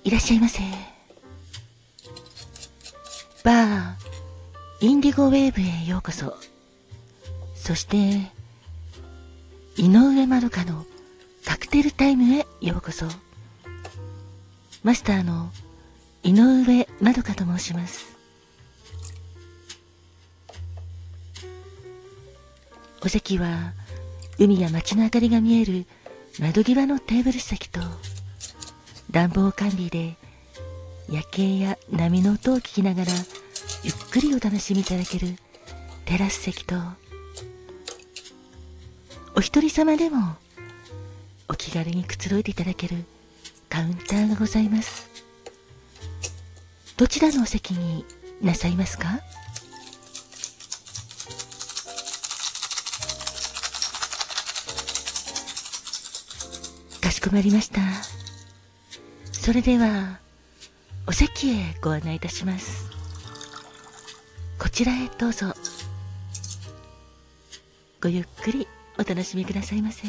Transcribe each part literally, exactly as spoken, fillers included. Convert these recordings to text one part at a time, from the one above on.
いらっしゃいませ。バーインディゴウェーブへようこそ。そして井上まどかのカクテルタイムへようこそ。マスターの井上まどかと申します。お席は海や街の明かりが見える窓際のテーブル席と、暖房完備で夜景や波の音を聞きながらゆっくりお楽しみいただけるテラス席と、お一人様でもお気軽にくつろいでいただけるカウンターがございます。どちらのお席になさいますか？かしこまりました。それではお席へご案内いたします。こちらへどうぞ。ごゆっくりお楽しみくださいませ。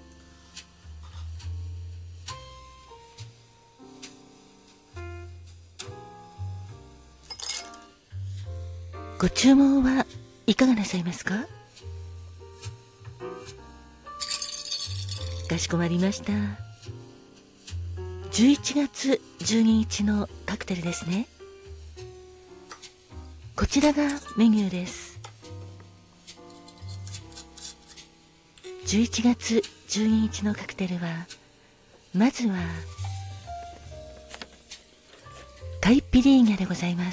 ご注文はいかがなさいますか？かしこまりました。じゅういちがつじゅうににちのカクテルですね。こちらがメニューです。じゅういちがつじゅうににちのカクテルは、まずはカイピリーニャでございます。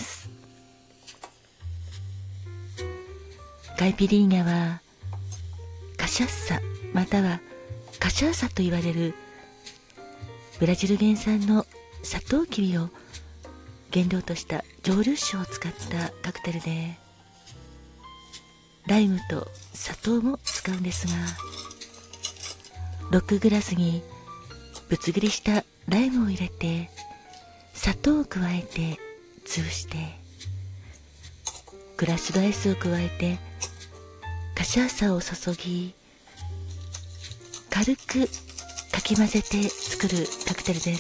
カイピリーニャはカシャッサまたはカシャーサと言われるブラジル原産のサトウキビを原料とした蒸留酒を使ったカクテルで、ライムと砂糖も使うんですが、ロックグラスにぶつ切りしたライムを入れて砂糖を加えて潰して、クラッシュドアイスを加えてカシャーサを注ぎ、軽くかき混ぜて作るカクテルです。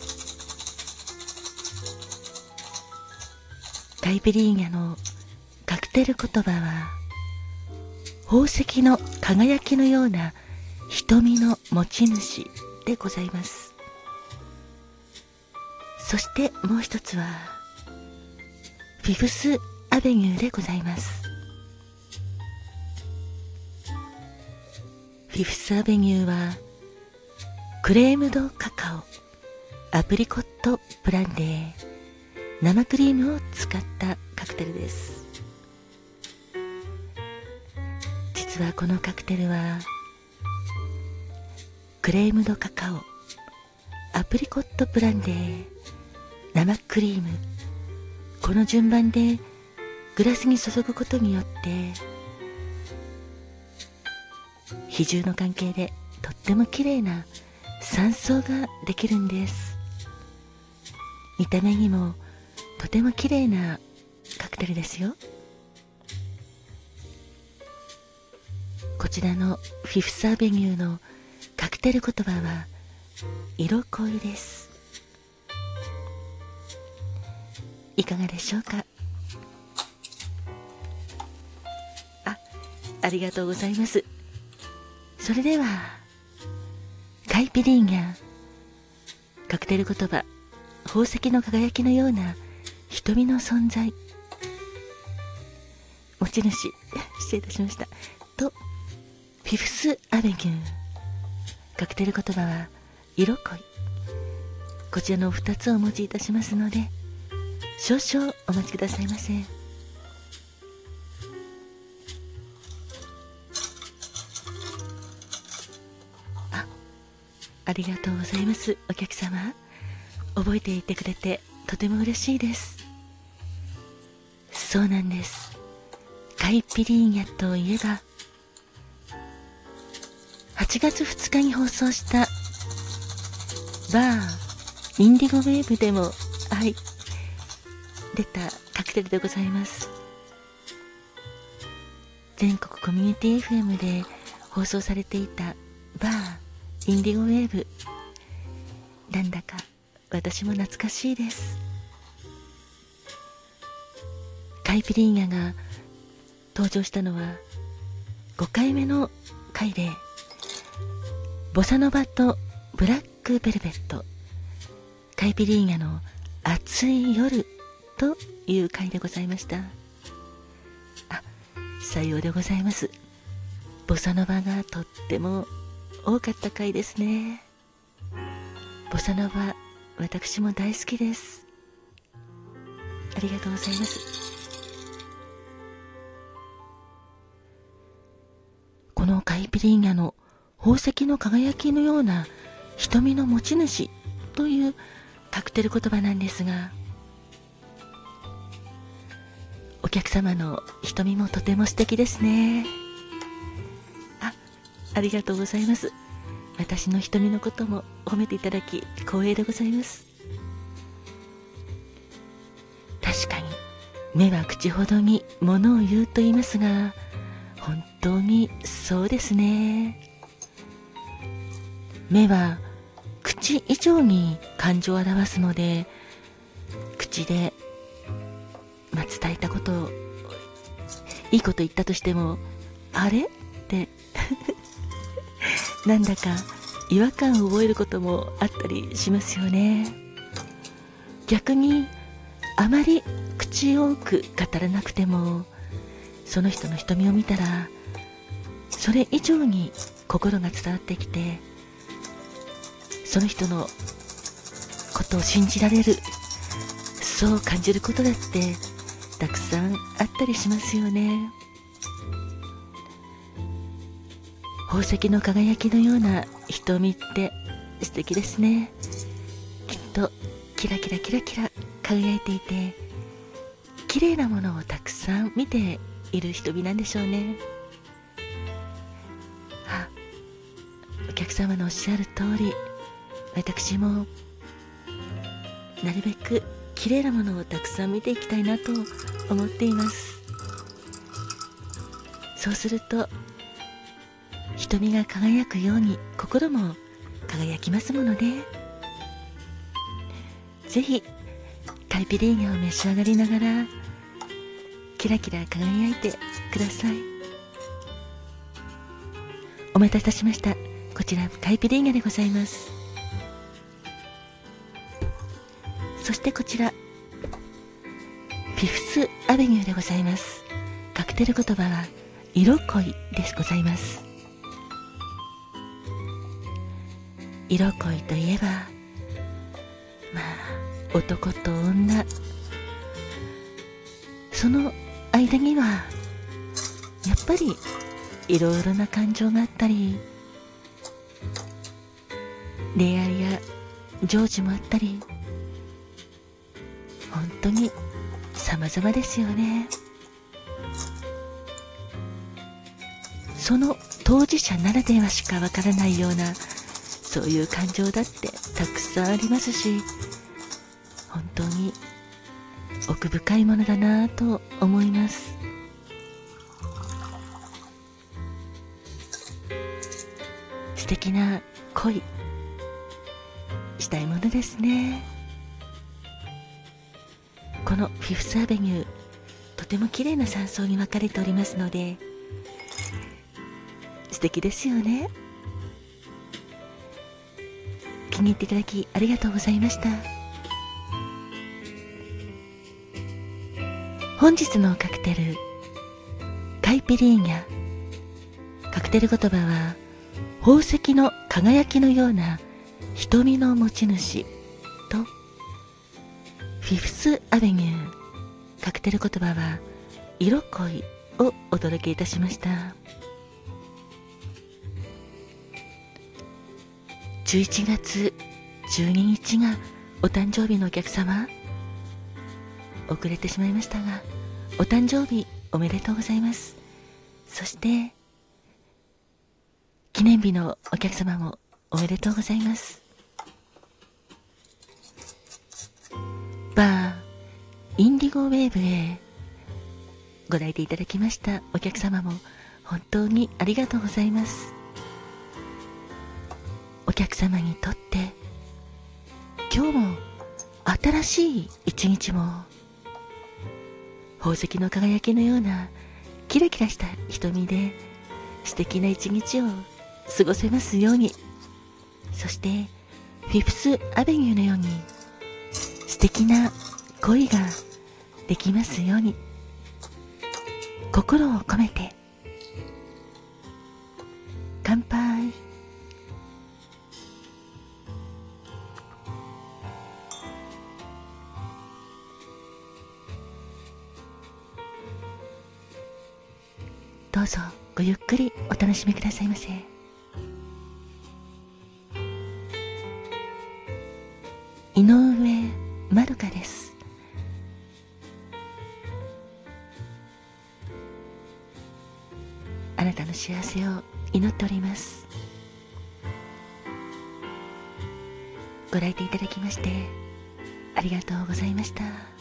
カイピリーニャのカクテル言葉は、宝石の輝きのような瞳の持ち主でございます。そしてもう一つはフィフスアベニューでございます。フィフスアベニューはクレームドカカオ、アプリコットブランデー、生クリームを使ったカクテルです。実はこのカクテルはクレームドカカオ、アプリコットブランデー、生クリーム、この順番でグラスに注ぐことによって比重の関係でとっても綺麗なさんそうができるんです。見た目にもとても綺麗なカクテルですよ。こちらのフィフスアベニューのカクテル言葉は色恋です。いかがでしょうか？あ、ありがとうございます。それではカイピリーニャ、カクテル言葉、宝石の輝きのような瞳の存在、持ち主失礼いたしましたと、フィフスアベニュー、カクテル言葉は色恋、こちらのふたつをお持ちいたしますので、少々お待ちくださいませ。あ、ありがとうございます。お客様、覚えていてくれてとても嬉しいです。そうなんです。カイピリーニャといえば、はちがつふつかに放送したバーインディゴウェーブでも、はい、出たカクテルでございます。全国コミュニティ エフエム で放送されていたバーインディゴウェーブ、なんだか私も懐かしいです。カイピリーニャが登場したのはごかいめの回で、ボサノバとブラックベルベット、カイピリーニャの暑い夜という回でございました。あ、さようでございます。ボサノバがとっても多かった回ですね。ボサノバ、私も大好きです。ありがとうございます。このカイピリーニャの宝石の輝きのような瞳の持ち主というカクテル言葉なんですが、お客様の瞳もとても素敵ですね。あ、ありがとうございます。私の瞳のことも褒めていただき光栄でございます。確かに目は口ほどに物を言うと言いますが、本当にそうですね。目は口以上に感情を表すので、口で、まあ、伝えたことをいいこと言ったとしても、あれってなんだか違和感を覚えることもあったりしますよね。逆にあまり口多く語らなくても、その人の瞳を見たらそれ以上に心が伝わってきて、その人のことを信じられる、そう感じることだってたくさんあったりしますよね。宝石の輝きのような瞳って素敵ですね。きっとキラキラキラキラ輝いていて、綺麗なものをたくさん見ている瞳なんでしょうね。あ、お客様のおっしゃる通り、私もなるべく綺麗なものをたくさん見ていきたいなと思っています。そうすると瞳が輝くように心も輝きますものね。ぜひカイピリーニャを召し上がりながらキラキラ輝いてください。お待たせいたしました。こちらカイピリーニャでございます。そしてこちらフィフスアベニューでございます。カクテル言葉は色恋でございます。色恋といえば、まあ男と女、その間にはやっぱりいろいろな感情があったり、恋愛や情事もあったり、本当に様々ですよね。その当事者ならではしかわからないような、そういう感情だってたくさんありますし、本当に奥深いものだなぁと思います。素敵な恋したいものですね。このフィフスアベニュー、とても綺麗な山荘に分かれておりますので素敵ですよね。気に入っていただきありがとうございました。本日のカクテルカイピリーニャ、カクテル言葉は宝石の輝きのような瞳の持ち主と、フィフスアベニュー、カクテル言葉は色恋をお届けいたしました。じゅういちがつじゅうににちがお誕生日のお客様、遅れてしまいましたがお誕生日おめでとうございます。そして記念日のお客様もおめでとうございます。バーインディゴウェーブへご来店いただきましたお客様も本当にありがとうございます。お客様にとって今日も新しい一日も宝石の輝きのようなキラキラした瞳で素敵な一日を過ごせますように。そしてフィフスアベニューのように素敵な恋ができますように。心を込めて乾杯。どうぞごゆっくりお楽しみくださいませ。井上まるかです。あなたの幸せを祈っております。ご来店いただきましてありがとうございました。